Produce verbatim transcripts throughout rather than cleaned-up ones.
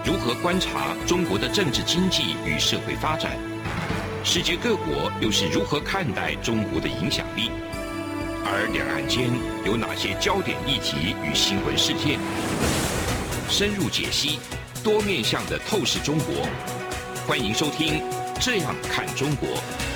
如何观察中国的政治经济与社会发展？世界各国又是如何看待中国的影响力？而两岸间有哪些焦点议题与新闻事件？深入解析，多面向的透视中国。欢迎收听《这样看中国》。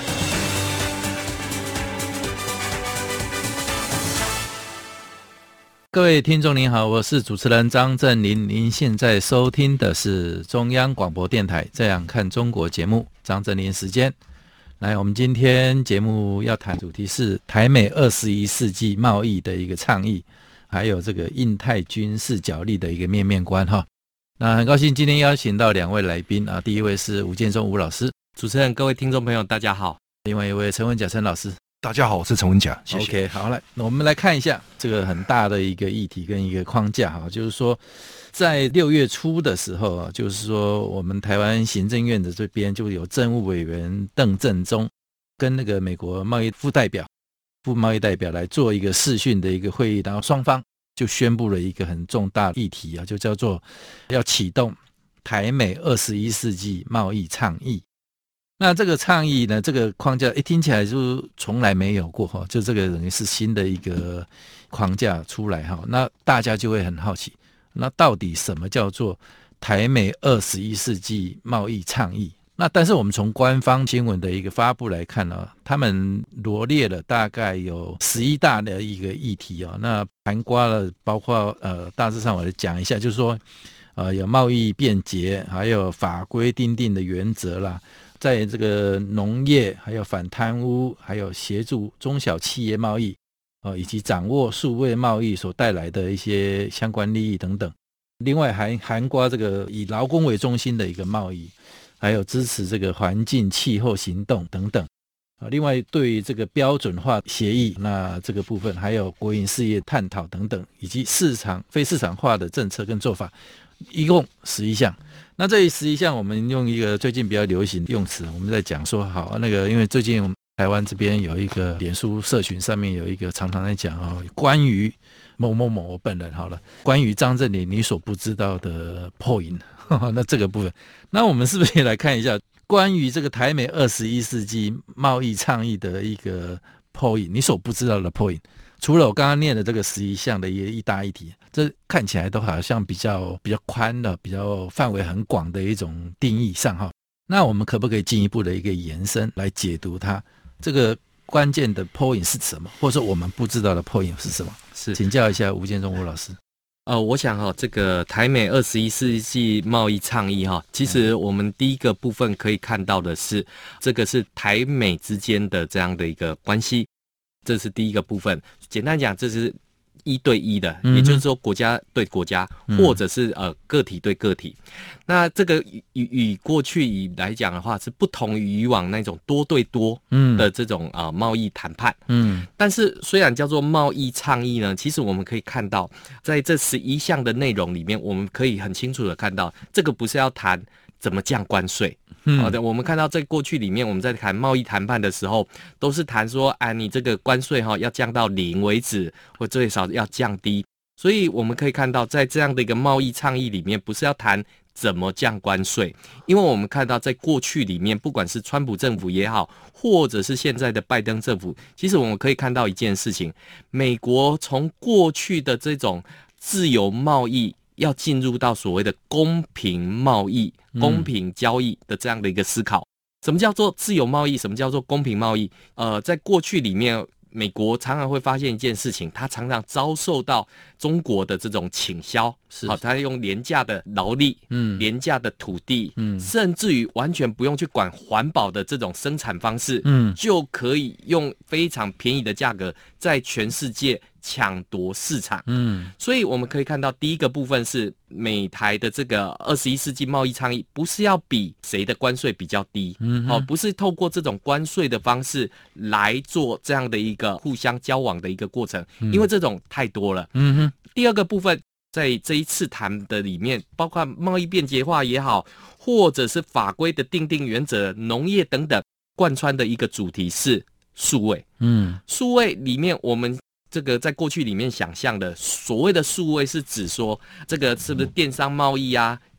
各位听众您好，我是主持人张正霖，您现在收听的是中央广播电台《这样看中国》节目，张正霖时间。来，我们今天节目要谈主题是台美二十一世纪贸易的一个倡议，还有这个印太军事角力的一个面面观哈。那很高兴今天邀请到两位来宾啊，第一位是吴建中吴老师， 主持人，各位听众朋友大家好。 另外一位陈文甲陈老师， 大家好，我是陈文甲，谢谢。 OK， 好，来我们来看一下这个很大的一个议题跟一个框架哈，就是说在六月初的时候啊，就是说我们台湾行政院的这边就有政务委员邓正中跟那个美国贸易副代表副贸易代表来做一个视讯的一个会议，然后双方就宣布了一个很重大的议题啊，就叫做要启动台美二十一世纪贸易倡议。那这个倡议呢，这个框架一听起来就从来没有过哈，就这个等于是新的一个框架出来哈，那大家就会很好奇，那到底什么叫做台美二十一世纪贸易倡议？那但是我们从官方新闻的一个发布来看呢，他们罗列了大概有十一大的一个议题啊，那涵盖了包括呃大致上我来讲一下，就是说呃有贸易便捷，还有法规订定的原则啦。在这个农业，还有反贪污，还有协助中小企业贸易，呃、以及掌握数位贸易所带来的一些相关利益等等。另外还涵盖这个以劳工为中心的一个贸易，还有支持这个环境气候行动等等。呃、另外对于这个标准化协议，那这个部分还有国营事业探讨等等，以及市场非市场化的政策跟做法，一共十一项。那这十一项我们用一个最近比较流行用词，我们在讲说好那个，因为最近我们台湾这边有一个脸书社群上面有一个常常在讲哦，关于某某某我本人好了，关于张正霖你所不知道的 point， 那这个部分，那我们是不是也来看一下关于这个台美二十一世纪贸易倡议的一个 point， 你所不知道的 point？除了我刚刚念的这个十一项的一个一大议题，这看起来都好像比较比较宽的、比较范围很广的一种定义上哈。那我们可不可以进一步的一个延伸来解读它？这个关键的 point 是什么，或者说我们不知道的 point 是什么？ 是， 请教一下吴建中吴老师。 呃，我想哈、哦，这个台美二十一世纪贸易倡议哈、哦，其实我们第一个部分可以看到的是，这个是台美之间的这样的一个关系。这是第一个部分，简单讲，这是一对一的，嗯、也就是说国家对国家，嗯、或者是呃个体对个体。那这个与与过去以来讲的话，是不同于以往那种多对多的这种啊、嗯呃、贸易谈判。嗯，但是虽然叫做贸易倡议呢，其实我们可以看到，在这十一项的内容里面，我们可以很清楚的看到，这个不是要谈怎么降关税。好的、嗯，我们看到在过去里面，我们在谈贸易谈判的时候，都是谈说，啊，你这个关税哈要降到零为止，或最少要降低。所以我们可以看到，在这样的一个贸易倡议里面，不是要谈怎么降关税，因为我们看到在过去里面，不管是川普政府也好，或者是现在的拜登政府，其实我们可以看到一件事情，美国从过去的这种自由贸易，要进入到所谓的公平贸易、公平交易的这样的一个思考。什么叫做自由贸易？什么叫做公平贸易？呃，在过去里面，美国常常会发现一件事情，它常常遭受到中国的这种倾销，好，它用廉价的劳力、嗯，廉价的土地，嗯，甚至于完全不用去管环保的这种生产方式，嗯，就可以用非常便宜的价格在全世界抢夺市场。嗯，所以我们可以看到，第一个部分是美台的这个二十一世纪贸易倡议，不是要比谁的关税比较低，嗯，哦，不是透过这种关税的方式来做这样的一个互相交往的一个过程，因为这种太多了。嗯哼。第二个部分，在这一次谈的里面，包括贸易便捷化也好，或者是法规的订定原则、农业等等，贯穿的一个主题是数位。嗯，数位里面我们这个在过去里面想象的所谓的数位是指说这个是不是电商贸易啊，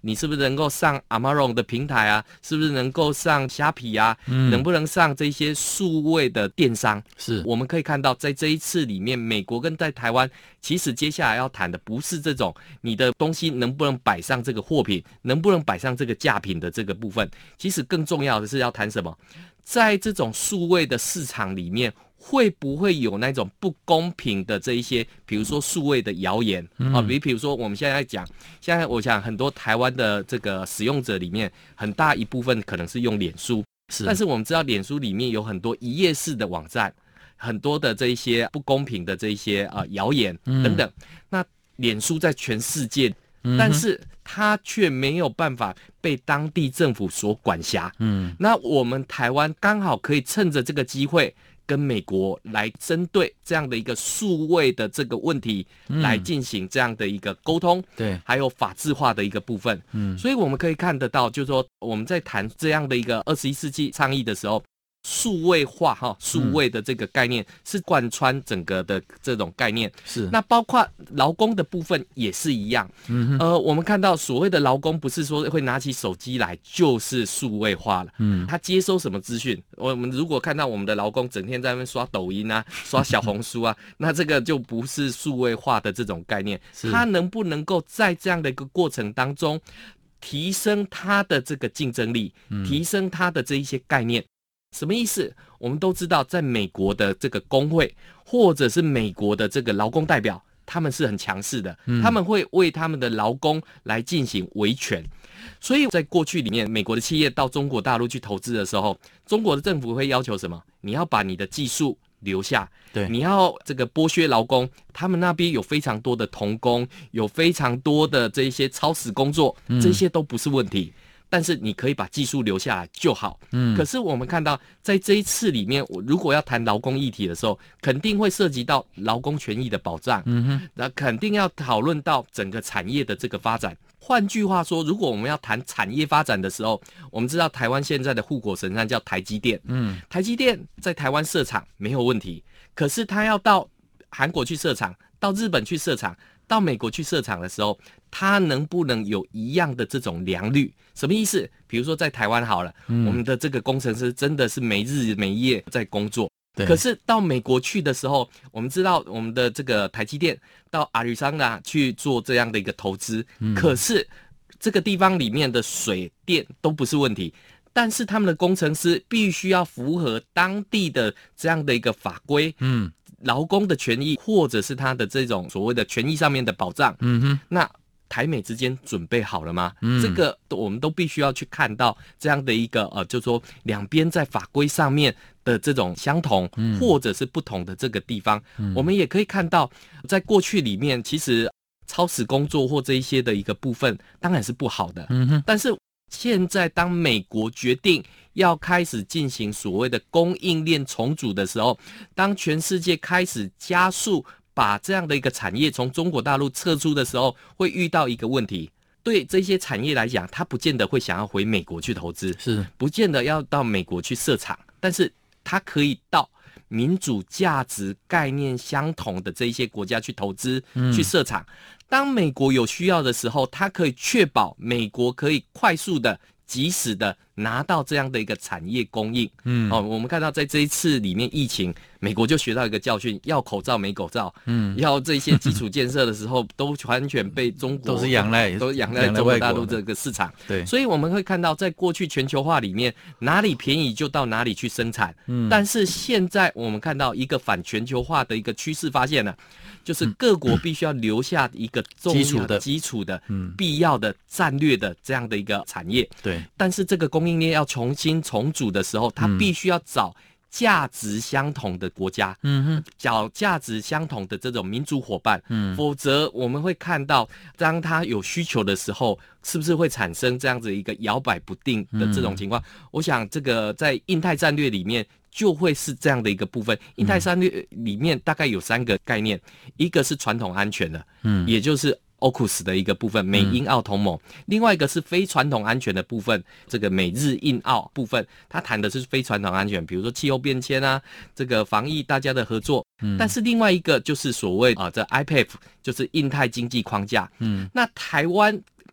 你是不是能够上 Amazon 的平台啊？是不是能够上虾皮啊？ 嗯， 能不能上这些数位的电商？ 是我们可以看到，在这一次里面，美国跟在台湾，其实接下来要谈的不是这种你的东西能不能摆上这个货品，能不能摆上这个价品的这个部分，其实更重要的是要谈什么？在这种数位的市场里面，会不会有那种不公平的这一些，比如说数位的谣言、嗯、啊？比比如说我们现在讲，现在我想很多台湾的这个使用者里面，很大一部分可能是用脸书， 是， 但是我们知道脸书里面有很多一页式的网站，很多的这一些不公平的这一些啊谣言等等。嗯、那脸书在全世界，嗯、但是它却没有办法被当地政府所管辖。嗯，那我们台湾刚好可以趁着这个机会，跟美国来针对这样的一个数位的这个问题，嗯、来进行这样的一个沟通， 对， 还有法治化的一个部分。嗯，所以我们可以看得到，就是说我们在谈这样的一个二十一世纪倡议的时候，数位化哈，数位的这个概念是贯穿整个的这种概念。 是， 那包括劳工的部分也是一样。嗯，呃，我们看到所谓的劳工，不是说会拿起手机来就是数位化了。嗯，他接收什么资讯？我们如果看到我们的劳工整天在那边刷抖音啊、刷小红书啊，那这个就不是数位化的这种概念。他能不能够在这样的一个过程当中，提升他的这个竞争力，提升他的这一些概念？什么意思？我们都知道，在美国的这个工会，或者是美国的这个劳工代表，他们是很强势的，嗯、他们会为他们的劳工来进行维权。所以在过去里面，美国的企业到中国大陆去投资的时候，中国的政府会要求什么？你要把你的技术留下， 对， 你要这个剥削劳工，他们那边有非常多的童工，有非常多的这一些超时工作，这些都不是问题。嗯，但是你可以把技术留下来就好。嗯，可是我们看到在这一次里面，我如果要谈劳工议题的时候，肯定会涉及到劳工权益的保障。嗯哼，那肯定要讨论到整个产业的这个发展。换句话说，如果我们要谈产业发展的时候，我们知道台湾现在的护国神山叫台积电。嗯，台积电在台湾设厂没有问题，可是他要到韩国去设厂，到日本去设厂，到美国去设厂的时候，它能不能有一样的这种良率？什么意思？比如说在台湾好了，嗯、我们的这个工程师真的是没日没夜在工作。可是到美国去的时候，我们知道我们的这个台积电到亚利桑那去做这样的一个投资，嗯、可是这个地方里面的水电都不是问题。但是他们的工程师必须要符合当地的这样的一个法规，嗯，劳工的权益或者是他的这种所谓的权益上面的保障，嗯哼，那台美之间准备好了吗？嗯，这个我们都必须要去看到这样的一个呃，就是说两边在法规上面的这种相同，嗯，或者是不同的这个地方，嗯，我们也可以看到，在过去里面，其实超时工作或这一些的一个部分当然是不好的，嗯哼，但是现在当美国决定要开始进行所谓的供应链重组的时候，当全世界开始加速把这样的一个产业从中国大陆撤出的时候，会遇到一个问题。对这些产业来讲，他不见得会想要回美国去投资，是不见得要到美国去设厂，但是他可以到民主价值概念相同的这一些国家去投资，嗯、去设厂。当美国有需要的时候，它可以确保美国可以快速的、及时的拿到这样的一个产业供应。嗯，哦，我们看到在这一次里面疫情，美国就学到一个教训：要口罩没口罩，嗯，要这些基础建设的时候，都完全被中国都是仰赖， 都仰赖中国大陆这个市场。对，所以我们会看到，在过去全球化里面，哪里便宜就到哪里去生产。嗯，但是现在我们看到一个反全球化的一个趋势，发现了。就是各国必须要留下一个重要基础的、 基础的、必要的、战略的这样的一个产业。 对， 但是这个供应链要重新重组的时候，它必须要找价值相同的国家，嗯哼，找价值相同的这种民主伙伴，嗯，否则我们会看到，当它有需求的时候，是不是会产生这样子一个摇摆不定的这种情况？嗯、我想这个在印太战略里面。就会是这样的一个部分。印太战略里面大概有三个概念，嗯、一个是传统安全的，嗯，也就是 O K U S 的一个部分，美英澳同盟；嗯、另外一个是非传统安全的部分，这个美日印澳部分，它谈的是非传统安全，比如说气候变迁啊，这个防疫大家的合作。嗯、但是另外一个就是所谓啊，这 I P E F 就是印太经济框架。嗯，那台湾。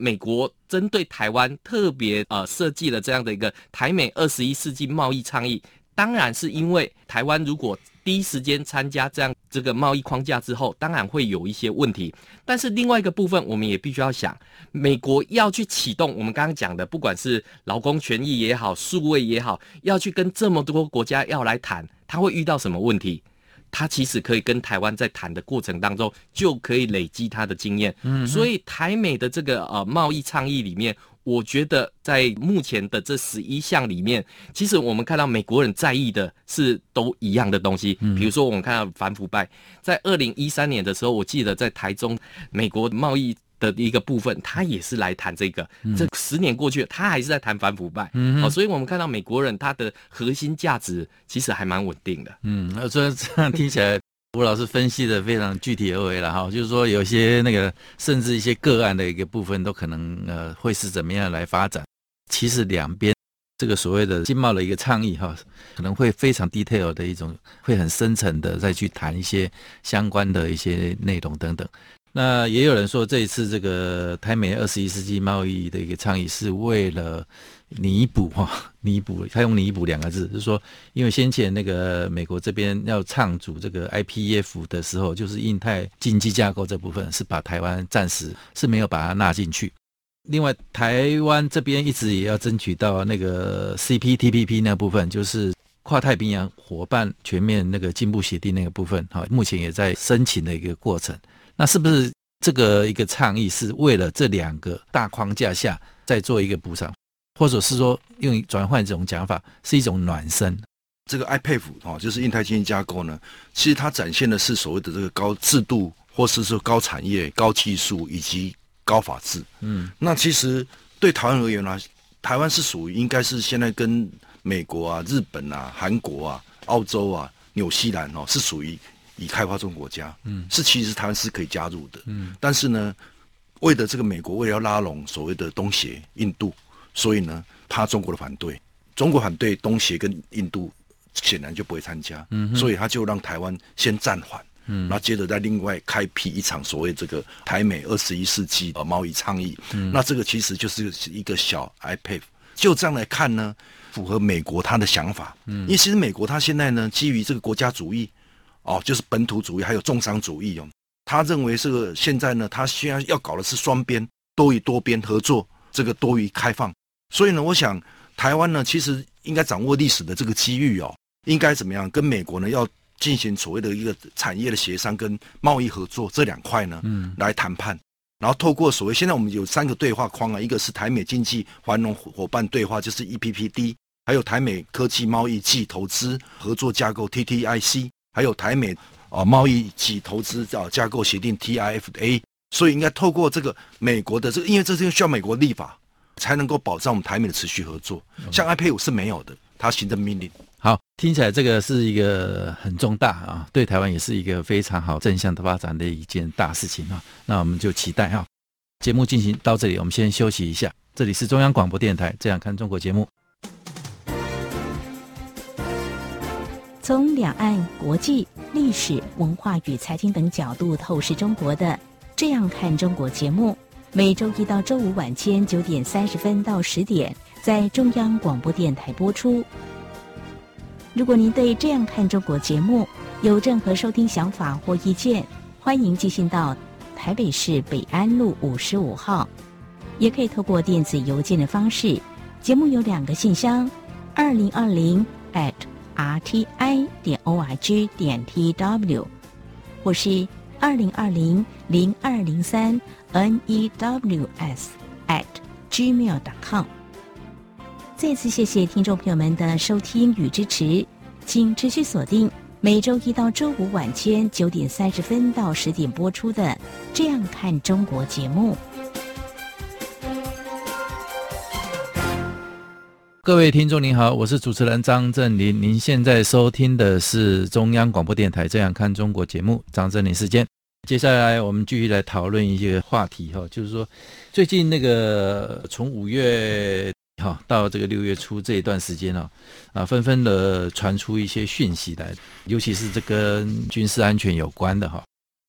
美国针对台湾特别呃设计了这样的一个台美二十一世纪贸易倡议，当然是因为台湾如果第一时间参加这样这个贸易框架之后，当然会有一些问题。但是另外一个部分，我们也必须要想，美国要去启动我们刚刚讲的，不管是劳工权益也好，数位也好，要去跟这么多国家要来谈，他会遇到什么问题？他其实可以跟台湾在谈的过程当中，就可以累积他的经验。嗯，所以台美的这个呃贸易倡议里面，我觉得在目前的这十一项里面，其实我们看到美国人在意的是都一样的东西。嗯，比如说我们看到反腐败，在二零一三年的时候，我记得在台中美国贸易的一个部分，他也是来谈这个。嗯、这十年过去了，他还是在谈反腐败。嗯、哦，所以我们看到美国人他的核心价值其实还蛮稳定的。 嗯，所以这样听起来，吴老师分析的非常具体而为了哈，就是说有些那个甚至一些个案的一个部分都可能呃会是怎么样来发展。其实两边这个所谓的经贸的一个倡议哈，可能会非常 detail 的一种，会很深层的再去谈一些相关的一些内容等等。那也有人说，这一次这个台美二十一世纪贸易的一个倡议是为了弥补哈，弥补，他用弥补两个字，就是说，因为先前那个美国这边要倡组这个 I P E F 的时候，就是印太经济架构这部分是把台湾暂时是没有把它纳进去。另外，台湾这边一直也要争取到那个 C P T P P 那部分，就是跨太平洋伙伴全面那个进步协定那个部分，哈，目前也在申请的一个过程。那是不是这个一个倡议是为了这两个大框架下再做一个补偿，或者是说用转换这种讲法是一种暖身？ 这个 I P E F 哦，就是印太经济架构呢，其实它展现的是所谓的这个高制度，或是说高产业、高技术以及高法治。嗯，那其实对台湾而言呢，台湾是属于应该是现在跟美国啊、日本啊、韩国啊、澳洲啊、纽西兰哦，是属于已开发中国家，嗯，是其实台湾是可以加入的，嗯，但是呢，为了这个美国为了要拉拢所谓的东协、印度，所以呢，怕中国的反对，中国反对东协跟印度，显然就不会参加，嗯，所以他就让台湾先暂缓，嗯，然后接着再另外开辟一场所谓这个台美二十一世纪的贸易倡议，嗯，那这个其实就是一个小 I P E F， 就这样来看呢，符合美国他的想法，嗯，因为其实美国他现在呢，基于这个国家主义。哦，就是本土主义还有重商主义哦。他认为这个现在呢，他现在要搞的是双边多于多边合作，这个多于开放。所以呢，我想台湾呢，其实应该掌握历史的这个机遇哦，应该怎么样跟美国呢要进行所谓的一个产业的协商跟贸易合作这两块呢，嗯，来谈判。然后透过所谓现在我们有三个对话框啊，一个是台美经济繁荣伙伴对话，就是 E P P D， 还有台美科技贸易暨投资合作架构 T T I C。还有台美啊贸易及投资啊架构协定 T I F A， 所以应该透过这个美国的这个，因为这是需要美国立法才能够保障我们台美的持续合作。像 I P E F 是没有的，它行政命令。 好，听起来这个是一个很重大啊，对台湾也是一个非常好正向的发展的一件大事情啊。那我们就期待啊。节目进行到这里，我们先休息一下。这里是中央广播电台《这样看中国》节目。 从两岸、国际、历史、文化与财经等角度透视中国的《这样看中国》节目，每周一到周五晚间九点三十分到十点在中央广播电台播出。如果您对《这样看中国》节目有任何收听想法或意见，欢迎寄信到台北市北安路五十五号，也可以透过电子邮件的方式。节目有两个信箱：二零二零 at r t i 点 o r g 点 t w， 或是二零二零零二零三 n e w s at gmail 点 com。 再次谢谢听众朋友们的收听与支持，请持续锁定每周一到周五晚间九点三十分到十点播出的《这样看中国》节目。 各位听众您好，我是主持人张正霖，您现在收听的是中央广播电台《这样看中国》节目，张正霖时间。接下来我们继续来讨论一些话题，就是说最近那个从五月到这个六月初这一段时间啊，纷纷的传出一些讯息来，尤其是这跟军事安全有关的哈。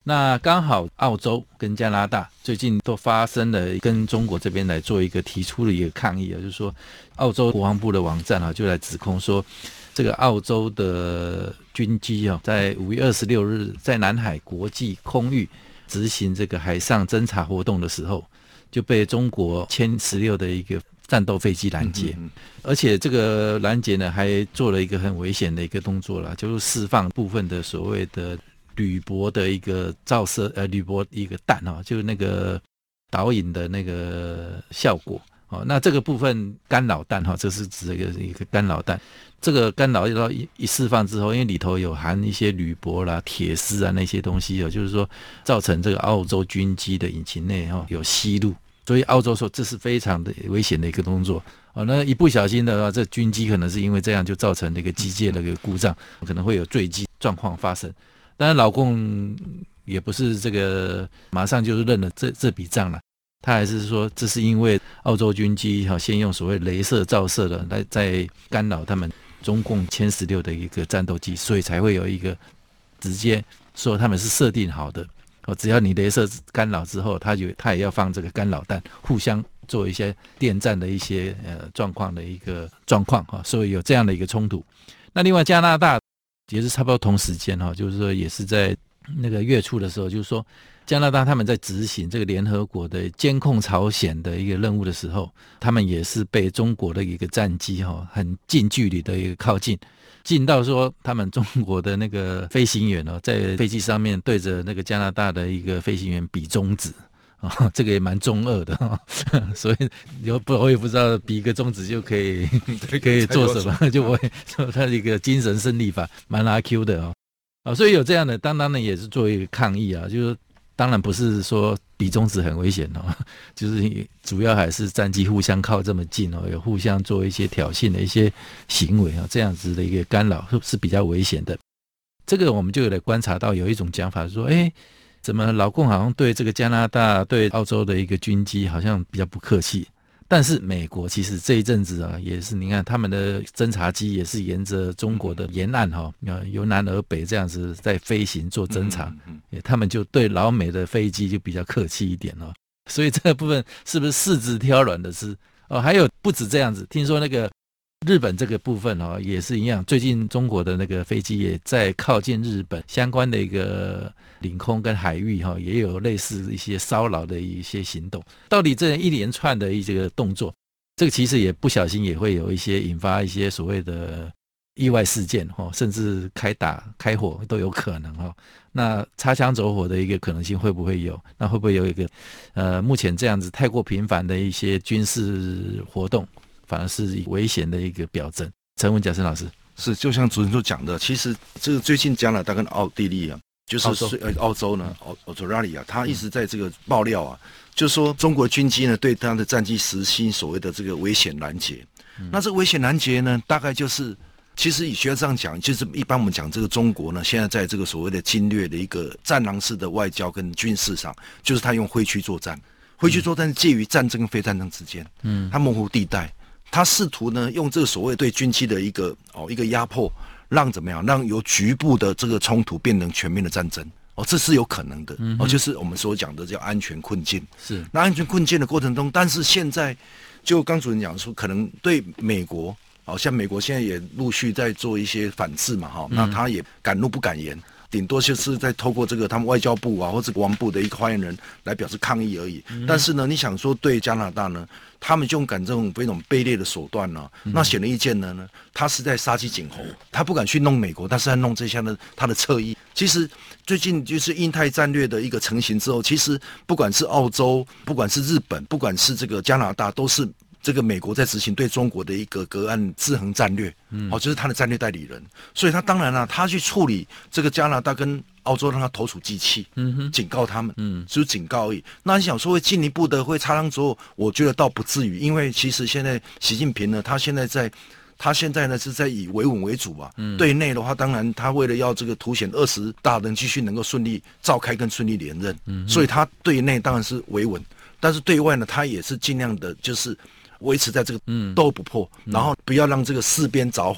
那刚好澳洲跟加拿大最近都发生了跟中国这边来做一个提出的一个抗议啊，就是说澳洲国防部的网站啊就来指控说，这个澳洲的军机啊在五月二十六日在南海国际空域执行这个海上侦察活动的时候，就被中国歼十六的一个战斗飞机拦截，嗯嗯嗯而且这个拦截呢还做了一个很危险的一个动作啦，就是释放部分的所谓的铝箔的一个照射呃铝箔一个弹哈、哦，就是那个导引的那个效果哦。那这个部分干扰弹哈、哦，这是指一个一个干扰弹。这个干扰一一释放之后，因为里头有含一些铝箔啦、铁丝啊那些东西哦，就是说造成这个澳洲军机的引擎内哈、哦、有吸入，所以澳洲说这是非常的危险的一个动作哦。那一不小心的话，这军机可能是因为这样就造成了一个机械的一个故障，可能会有坠机状况发生。当然，老共也不是这个马上就是认了这这笔账了，他还是说这是因为澳洲军机哈先用所谓雷射照射的来在干扰他们中共歼十六的一个战斗机，所以才会有一个直接说他们是设定好的哦，只要你雷射干扰之后，他就他也要放这个干扰弹，互相做一些电战的一些呃状况的一个状况哈，所以有这样的一个冲突。那另外加拿大也是差不多同时间哈，就是说也是在那个月初的时候，就是说加拿大他们在执行这个联合国的监控朝鲜的一个任务的时候，他们也是被中国的一个战机哈很近距离的一个靠近，近到说他们中国的那个飞行员哦，在飞机上面对着那个加拿大的一个飞行员比中指。哦，这个也蛮中二的、哦、所以有不我也不知道比一个中指就可以可以做什么，就我说他的一个精神胜利法蛮阿 Q 的哦，啊，所以有这样的，当然呢也是作为一个抗议啊，就是当然不是说比中指很危险哦，就是主要还是战机互相靠这么近哦，有互相做一些挑衅的一些行为啊，这样子的一个干扰是比较危险的。这个我们就有来观察到有一种讲法说，哎。怎么老共好像对这个加拿大对澳洲的一个军机好像比较不客气，但是美国其实这一阵子啊也是，你看他们的侦察机也是沿着中国的沿岸哈、哦，由南而北这样子在飞行做侦察，他们就对老美的飞机就比较客气一点哦，所以这个部分是不是柿子挑软的吃哦？还有不止这样子，听说那个日本这个部分哦也是一样，最近中国的那个飞机也在靠近日本相关的一个领空跟海域哈、哦，也有类似一些骚扰的一些行动。到底这一连串的一个动作，这个其实也不小心也会有一些引发一些所谓的意外事件哈、哦，甚至开打开火都有可能哈、哦。那擦枪走火的一个可能性会不会有？那会不会有一个呃目前这样子太过频繁的一些军事活动？反而是危险的一个表征。陈文甲生老师， 是就像主持人所讲的，其实这个最近加拿大跟奥地利啊，就是澳洲, 呃澳洲呢，澳澳洲拉里啊，他一直在这个爆料啊，就是说中国军机呢对他的战机实行所谓的这个危险拦截。嗯、那这个危险拦截呢，大概就是，其实以学者上讲，就是一般我们讲这个中国呢，现在在这个所谓的侵略的一个战狼式的外交跟军事上，就是他用灰区作战，灰区作战是介于战争跟非战争之间，嗯，他模糊地带。他试图呢用这个所谓对军机的一个哦一个压迫，让怎么样，让由局部的这个冲突变成全面的战争哦，这是有可能的、嗯、哦，就是我们所讲的叫安全困境。是那安全困境的过程中，但是现在就刚主任讲说，可能对美国，好、哦、像美国现在也陆续在做一些反制嘛，哈、哦，那他也敢怒不敢言。顶多就是在透过这个他们外交部啊或者国防部的一个发言人来表示抗议而已、嗯、但是呢你想说对加拿大呢，他们就用敢这种非常卑劣的手段呢、啊嗯、那显而易见呢呢他是在杀鸡儆猴，他不敢去弄美国，但是在弄这项的他的侧翼。其实最近就是印太战略的一个成型之后，其实不管是澳洲，不管是日本，不管是这个加拿大，都是这个美国在执行对中国的一个隔岸制衡战略，嗯，哦，就是他的战略代理人，所以他当然了、啊，他去处理这个加拿大跟澳洲，让他投鼠忌器，嗯哼，警告他们，嗯，只是警告而已。那你想说会进一步的会擦枪走火，我觉得倒不至于，因为其实现在习近平呢，他现在在。他现在呢是在以维稳为主啊，嗯、对内的话，当然他为了要这个凸显二十大能继续能够顺利召开跟顺利连任，嗯、所以他对内当然是维稳，但是对外呢，他也是尽量的就是维持在这个斗不破，嗯、然后不要让这个四边着火。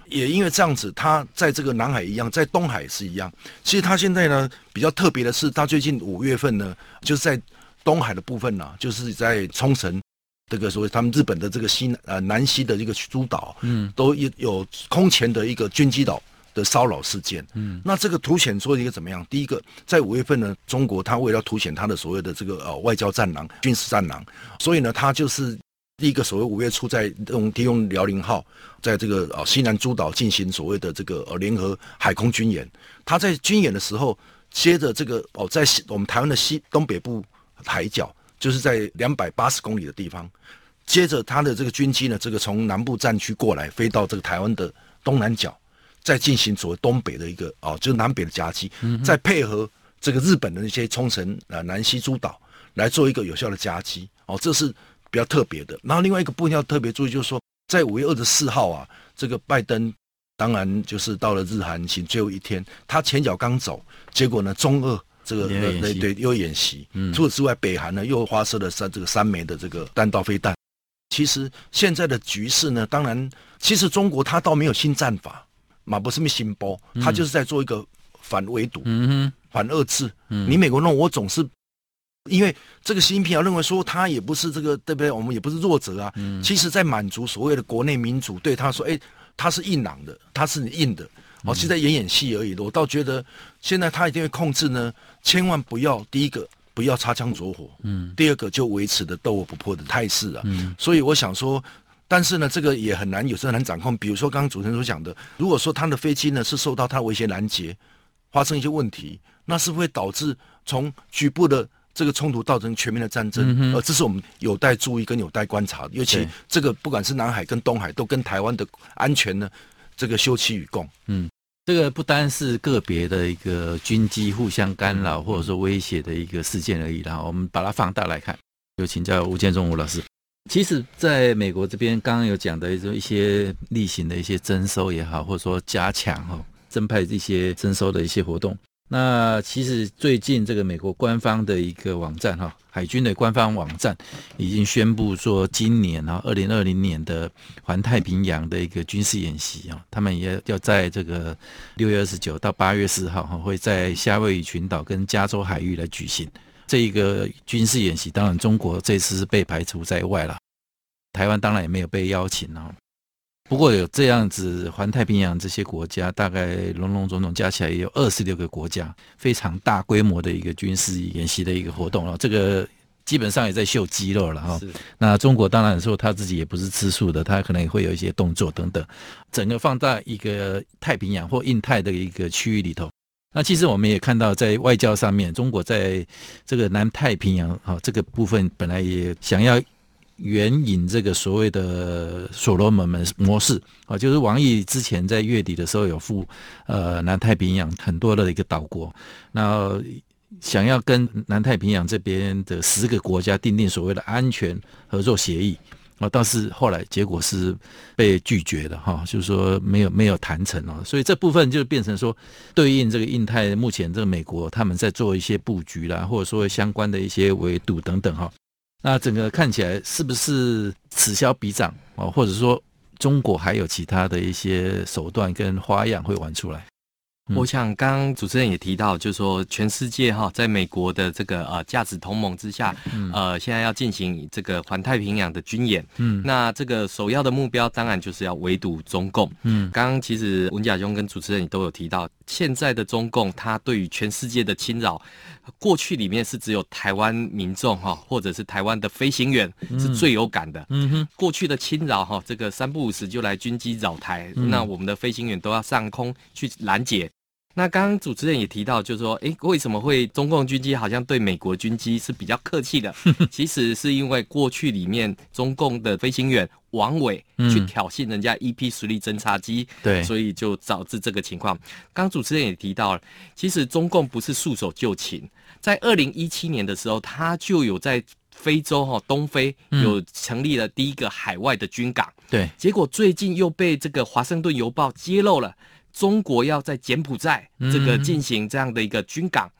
也因为这样子，它在这个南海一样，在东海也是一样。其实它现在呢比较特别的是，它最近五月份呢，就是在东海的部分呢、啊，就是在冲绳这个所谓他们日本的这个西呃南西的这个诸岛，嗯，都有有空前的一个军机岛的骚扰事件。嗯，那这个凸显说一个怎么样？第一个，在五月份呢，中国它为了凸显它的所谓的这个呃外交战狼、军事战狼，所以呢，它就是第一个所谓五月初在用提用辽宁号在这个呃西南诸岛进行所谓的这个呃联合海空军演。它在军演的时候，接着这个哦，在我们台湾的西东北部海角。就是在两百八十公里的地方，接着他的这个军机呢，这个从南部战区过来，飞到这个台湾的东南角，再进行所谓东北的一个哦，就是南北的夹击，嗯、再配合这个日本的那些冲绳呃南西诸岛来做一个有效的夹击哦，这是比较特别的。然后另外一个部分要特别注意，就是说在五月二十四号啊，这个拜登当然就是到了日韩行最后一天，他前脚刚走，结果呢中俄。这个呃对对又演习，嗯，除此之外，北韩呢又发射了三这个三枚的这个弹道飞弹。其实现在的局势呢，当然，其实中国它倒没有新战法，嘛不是什么新包，它就是在做一个反围堵、嗯、反遏制。嗯、你美国弄我总是，因为这个习近平要认为说他也不是这个对不对？我们也不是弱者啊。嗯、其实，在满足所谓的国内民主，对他说，哎，他是硬朗的，他是硬的。哦，是在演演戏而已的。我倒觉得现在他一定会控制呢，千万不要第一个不要擦枪走火，嗯，第二个就维持的斗而不破的态势啊。嗯，所以我想说，但是呢，这个也很难，有时候很难掌控。比如说刚刚主持人所讲的，如果说他的飞机呢是受到他危险拦截，发生一些问题，那是不是会导致从局部的这个冲突造成全面的战争？嗯、呃，这是我们有待注意跟有待观察的。尤其这个不管是南海跟东海，都跟台湾的安全呢。这个休戚与共， 嗯，这个不单是个别的一个军机互相干扰或者说威胁的一个事件而已啦，我们把它放大来看。有请教吴建中吴老师。其实在美国这边刚刚有讲的一些例行的一些征收也好，或者说加强哈增派一些征收的一些活动。那其实最近这个美国官方的一个网站哈，海军的官方网站已经宣布说，今年哈二零二零年的环太平洋的一个军事演习啊，他们也要在这个六月二十九到八月四号哈，会在夏威夷群岛跟加州海域来举行这一个军事演习。当然，中国这次是被排除在外了，台湾当然也没有被邀请啊。不过有这样子环太平洋这些国家，大概笼笼总总加起来也有二十六个国家，非常大规模的一个军事演习的一个活动了。这个基本上也在秀肌肉了哈。那中国当然说他自己也不是吃素的，他可能也会有一些动作等等。整个放在一个太平洋或印太的一个区域里头，那其实我们也看到在外交上面，中国在这个南太平洋哈这个部分本来也想要援引这个所谓的所罗门模式啊，就是王毅之前在月底的时候有赴呃南太平洋很多的一个岛国，那想要跟南太平洋这边的十个国家订定所谓的安全合作协议啊，但是后来结果是被拒绝的哈，就是说没有没有谈成哦，所以这部分就变成说对应这个印太目前这个美国他们在做一些布局啦，或者说相关的一些围堵等等哈。那整个看起来是不是此消彼长哦，或者说中国还有其他的一些手段跟花样会玩出来？ 嗯、我想刚刚主持人也提到，就是说全世界哈，在美国的这个呃价值同盟之下，嗯、呃，现在要进行这个环太平洋的军演，嗯，那这个首要的目标当然就是要围堵中共，嗯，刚刚其实文甲兄跟主持人也都有提到，现在的中共它对于全世界的侵扰，过去里面是只有台湾民众哈，或者是台湾的飞行员是最有感的，嗯哼，过去的侵扰哈，这个三不五时就来军机扰台，嗯、那我们的飞行员都要上空去拦截。那刚刚主持人也提到，就是说，诶，为什么会中共军机好像对美国军机是比较客气的？其实是因为过去里面中共的飞行员王伟去挑衅人家 E P 十力侦察机，对、嗯，所以就导致这个情况。刚刚主持人也提到了，其实中共不是束手就擒，在二零一七年的时候，他就有在非洲哈东非有成立了第一个海外的军港，对、嗯，结果最近又被这个华盛顿邮报揭露了。中国要在柬埔寨这个进行这样的一个军港，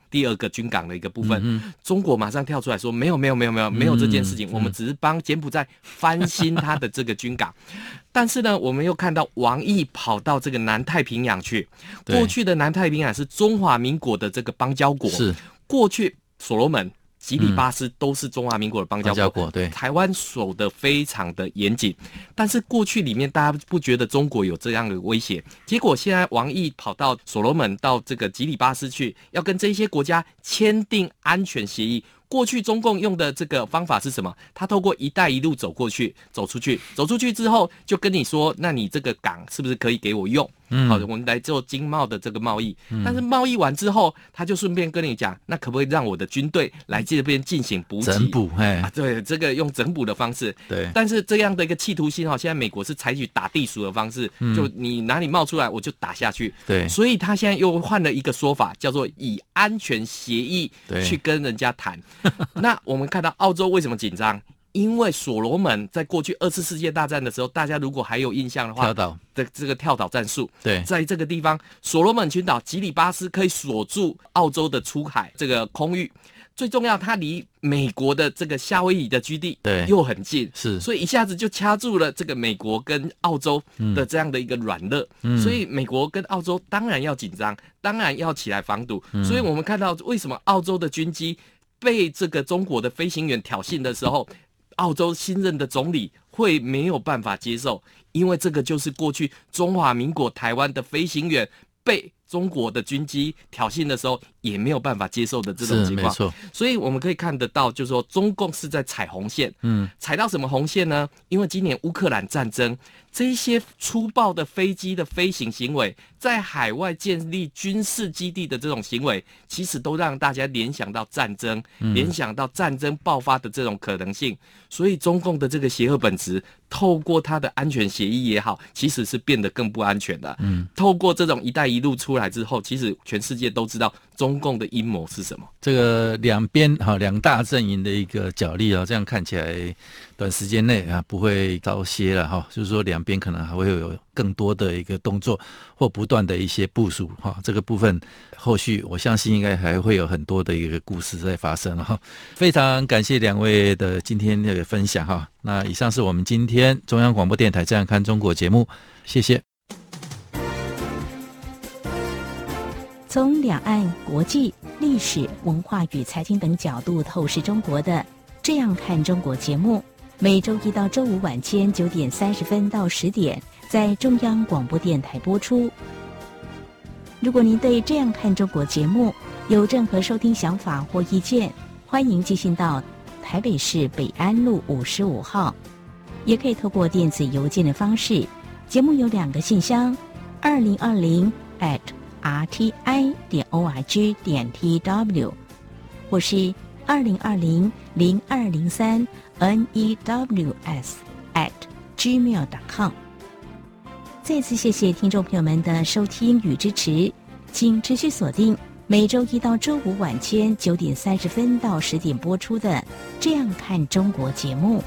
第二个军港的一个部分，嗯、中国马上跳出来说没有没有没有没有没有这件事情，嗯、我们只是帮柬埔寨翻新它的这个军港。但是呢，我们又看到王毅跑到这个南太平洋去，过去的南太平洋是中华民国的这个邦交国，是过去所罗门、吉里巴斯都是中华民国的邦交国，邦交国对，台湾守得非常的严谨，但是过去里面大家不觉得中国有这样的威胁，结果现在王毅跑到所罗门到这个吉里巴斯去，要跟这些国家签订安全协议。过去中共用的这个方法是什么？他透过一带一路走过去，走出去，走出去之后就跟你说，那你这个港是不是可以给我用？嗯，好，我们来做经贸的这个贸易。嗯、但是贸易完之后，他就顺便跟你讲，那可不可以让我的军队来这边进行补给？ 整补，哎、 啊，对，这个用整补的方式。 对， 但是这样的一个企图心哈，现在美国是采取打地鼠的方式，嗯、就你哪里冒出来，我就打下去。 对， 所以他现在又换了一个说法，叫做以安全协议去跟人家谈。那我们看到澳洲为什么紧张？因为所罗门在过去二次世界大战的时候，大家如果还有印象的话， 跳岛的这个跳岛战术， 对， 在这个地方，所罗门群岛吉里巴斯可以锁住澳洲的出海这个空域。最重要，它离美国的这个夏威夷的基地对又很近， 是， 所以一下子就掐住了这个美国跟澳洲的这样的一个软肋，嗯、所以美国跟澳洲当然要紧张，当然要起来防堵。嗯、所以我们看到为什么澳洲的军机被这个中国的飞行员挑衅的时候，澳洲新任的总理会没有办法接受，因为这个就是过去中华民国台湾的飞行员被中国的军机挑衅的时候也没有办法接受的这种情况， 没错。 所以我们可以看得到，就是说中共是在踩红线，嗯，踩到什么红线呢？因为今年乌克兰战争，这些粗暴的飞机的飞行行为，在海外建立军事基地的这种行为，其实都让大家联想到战争，嗯、联想到战争爆发的这种可能性。所以中共的这个邪恶本质，透过它的安全协议也好，其实是变得更不安全的。嗯，透过这种一带一路出来之后，其实全世界都知道中共的阴谋是什么。 这个两边哈两大阵营的一个角力啊，这样看起来短时间内啊不会早歇了哈，就是说两边可能还会有更多的一个动作或不断的一些部署哈。这个部分后续我相信应该还会有很多的一个故事在发生哈。非常感谢两位的今天的分享哈。那以上是我们今天中央广播电台《这样看中国》节目，谢谢。 从两岸、国际、历史、文化与财经等角度透视中国的《这样看中国》节目，每周一到周五晚间九点三十分到十点在中央广播电台播出。如果您对《这样看中国》节目有任何收听想法或意见，欢迎寄信到台北市北安路五十五号，也可以透过电子邮件的方式。节目有两个信箱：二零二零 at r t i 点 o r g 点 t w， 或是二零二零零二零三 n e w s at gmail 点 com。再次谢谢听众朋友们的收听与支持，请持续锁定每周一到周五晚间九点三十分到十点播出的《这样看中国》节目。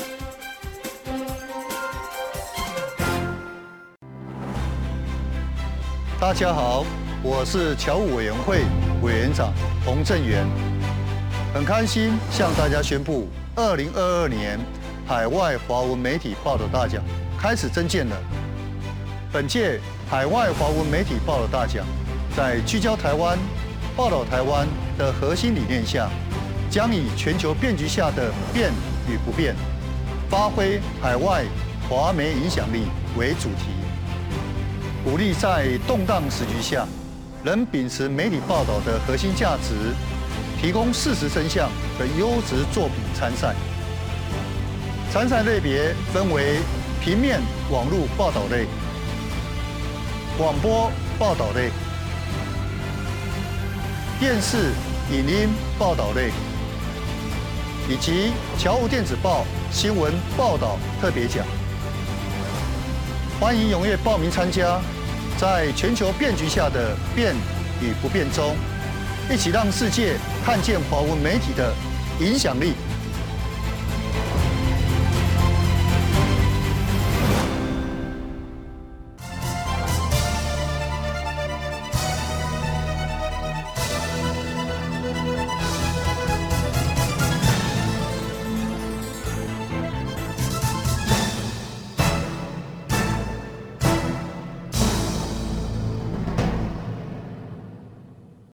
大家好，我是侨务委员会委员长洪正元，很开心向大家宣布，二零二二年海外华文媒体报道大奖开始征件了。本届海外华文媒体报道大奖，在聚焦台湾、报道台湾的核心理念下，将以全球变局下的变与不变，发挥海外华媒影响力为主题，鼓励在动荡时局下，仍秉持媒体报道的核心价值，提供事实真相的优质作品参赛。参赛类别分为平面网络报道类、广播报道类、电视影音报道类，以及侨务电子报新闻报道特别奖。欢迎踊跃报名参加，在全球变局下的变与不变中，一起让世界看见华文媒体的影响力。